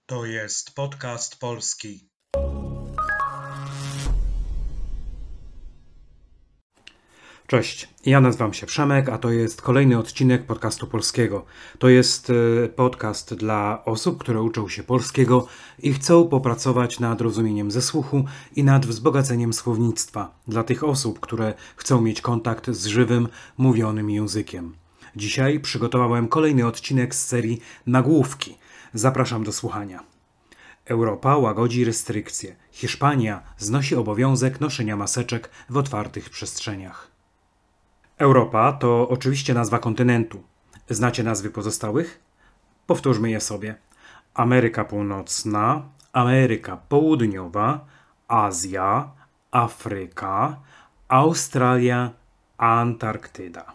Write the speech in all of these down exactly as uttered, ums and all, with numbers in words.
To jest podcast polski. Cześć, ja nazywam się Przemek, a to jest kolejny odcinek podcastu polskiego. To jest podcast dla osób, które uczą się polskiego i chcą popracować nad rozumieniem ze słuchu i nad wzbogaceniem słownictwa. Dla tych osób, które chcą mieć kontakt z żywym, mówionym językiem. Dzisiaj przygotowałem kolejny odcinek z serii Nagłówki. Zapraszam do słuchania. Europa łagodzi restrykcje. Hiszpania znosi obowiązek noszenia maseczek w otwartych przestrzeniach. Europa to oczywiście nazwa kontynentu. Znacie nazwy pozostałych? Powtórzmy je sobie. Ameryka Północna, Ameryka Południowa, Azja, Afryka, Australia, Antarktyda.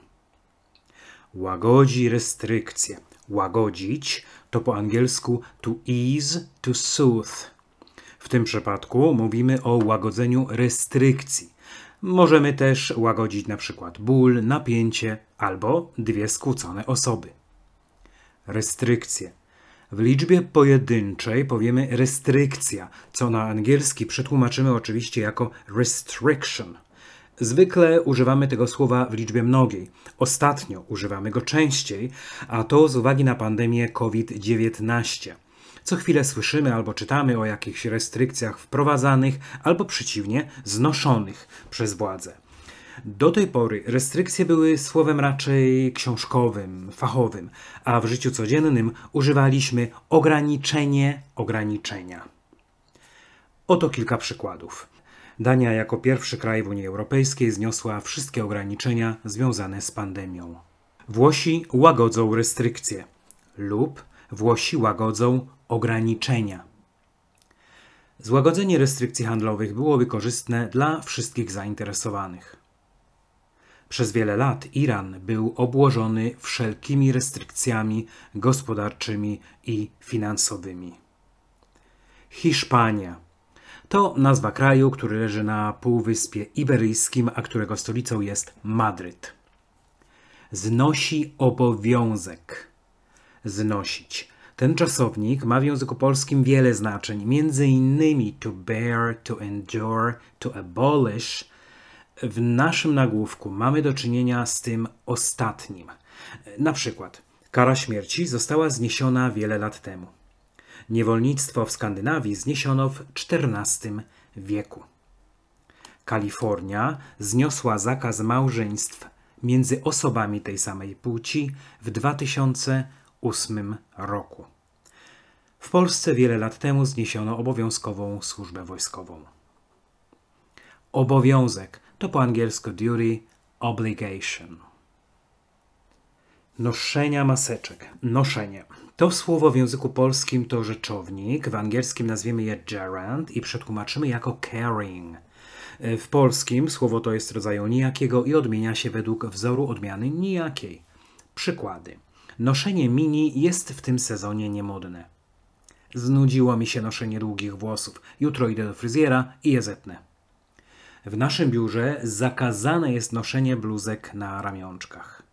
Łagodzi restrykcje. Łagodzić to po angielsku to ease, to soothe. W tym przypadku mówimy o łagodzeniu restrykcji. Możemy też łagodzić na przykład ból, napięcie albo dwie skłócone osoby. Restrykcje. W liczbie pojedynczej powiemy restrykcja, co na angielski przetłumaczymy oczywiście jako restriction. Zwykle używamy tego słowa w liczbie mnogiej. Ostatnio używamy go częściej, a to z uwagi na pandemię COVID dziewiętnaście. Co chwilę słyszymy albo czytamy o jakichś restrykcjach wprowadzanych, albo przeciwnie, znoszonych przez władze. Do tej pory restrykcje były słowem raczej książkowym, fachowym, a w życiu codziennym używaliśmy ograniczenie, ograniczenia. Oto kilka przykładów. Dania jako pierwszy kraj w Unii Europejskiej zniosła wszystkie ograniczenia związane z pandemią. Włosi łagodzą restrykcje lub Włosi łagodzą ograniczenia. Złagodzenie restrykcji handlowych byłoby korzystne dla wszystkich zainteresowanych. Przez wiele lat Iran był obłożony wszelkimi restrykcjami gospodarczymi i finansowymi. Hiszpania to nazwa kraju, który leży na Półwyspie Iberyjskim, a którego stolicą jest Madryt. Znosi obowiązek. Znosić. Ten czasownik ma w języku polskim wiele znaczeń, między innymi to bear, to endure, to abolish. W naszym nagłówku mamy do czynienia z tym ostatnim. Na przykład kara śmierci została zniesiona wiele lat temu. Niewolnictwo w Skandynawii zniesiono w czternastym wieku. Kalifornia zniosła zakaz małżeństw między osobami tej samej płci w dwa tysiące ósmym roku. W Polsce wiele lat temu zniesiono obowiązkową służbę wojskową. Obowiązek to po angielsku duty, obligation. Noszenia maseczek. Noszenie. To słowo w języku polskim to rzeczownik, w angielskim nazwiemy je gerund i przetłumaczymy jako carrying. W polskim słowo to jest rodzaju nijakiego i odmienia się według wzoru odmiany nijakiej. Przykłady. Noszenie mini jest w tym sezonie niemodne. Znudziło mi się noszenie długich włosów. Jutro idę do fryzjera i je zetnę. W naszym biurze zakazane jest noszenie bluzek na ramionczkach.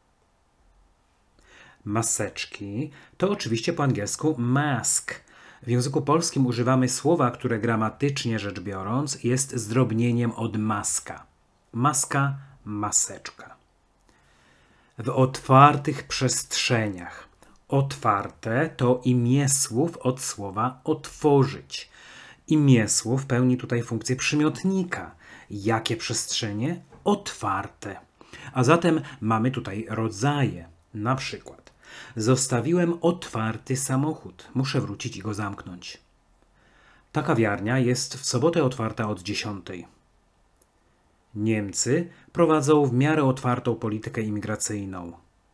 Maseczki to oczywiście po angielsku mask. W języku polskim używamy słowa, które gramatycznie rzecz biorąc jest zdrobnieniem od maska. Maska, maseczka. W otwartych przestrzeniach. Otwarte to imię słów od słowa otworzyć. Imię słów pełni tutaj funkcję przymiotnika. Jakie przestrzenie? Otwarte. A zatem mamy tutaj rodzaje. Na przykład zostawiłem otwarty samochód. Muszę wrócić i go zamknąć. Ta kawiarnia jest w sobotę otwarta od dziesiątej. Niemcy prowadzą w miarę otwartą politykę imigracyjną.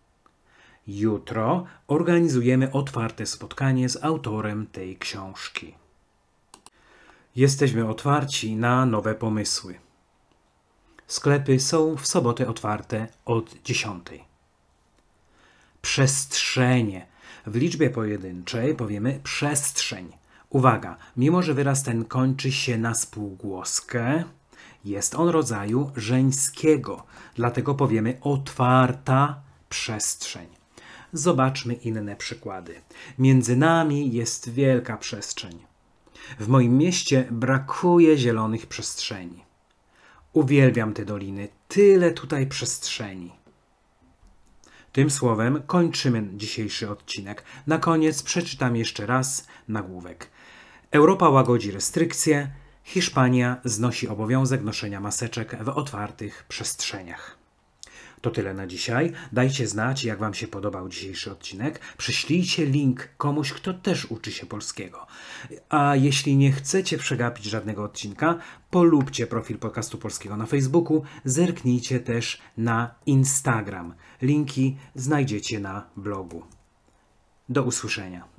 Jutro organizujemy otwarte spotkanie z autorem tej książki. Jesteśmy otwarci na nowe pomysły. Sklepy są w sobotę otwarte od dziesiątej. Przestrzenie. W liczbie pojedynczej powiemy przestrzeń. Uwaga, mimo że wyraz ten kończy się na spółgłoskę, jest on rodzaju żeńskiego, dlatego powiemy otwarta przestrzeń. Zobaczmy inne przykłady. Między nami jest wielka przestrzeń. W moim mieście brakuje zielonych przestrzeni. Uwielbiam te doliny, tyle tutaj przestrzeni. Tym słowem kończymy dzisiejszy odcinek. Na koniec przeczytam jeszcze raz nagłówek. Europa łagodzi restrykcje, Hiszpania znosi obowiązek noszenia maseczek w otwartych przestrzeniach. To tyle na dzisiaj. Dajcie znać, jak Wam się podobał dzisiejszy odcinek. Przyślijcie link komuś, kto też uczy się polskiego. A jeśli nie chcecie przegapić żadnego odcinka, polubcie profil Podcastu Polskiego na Facebooku. Zerknijcie też na Instagram. Linki znajdziecie na blogu. Do usłyszenia.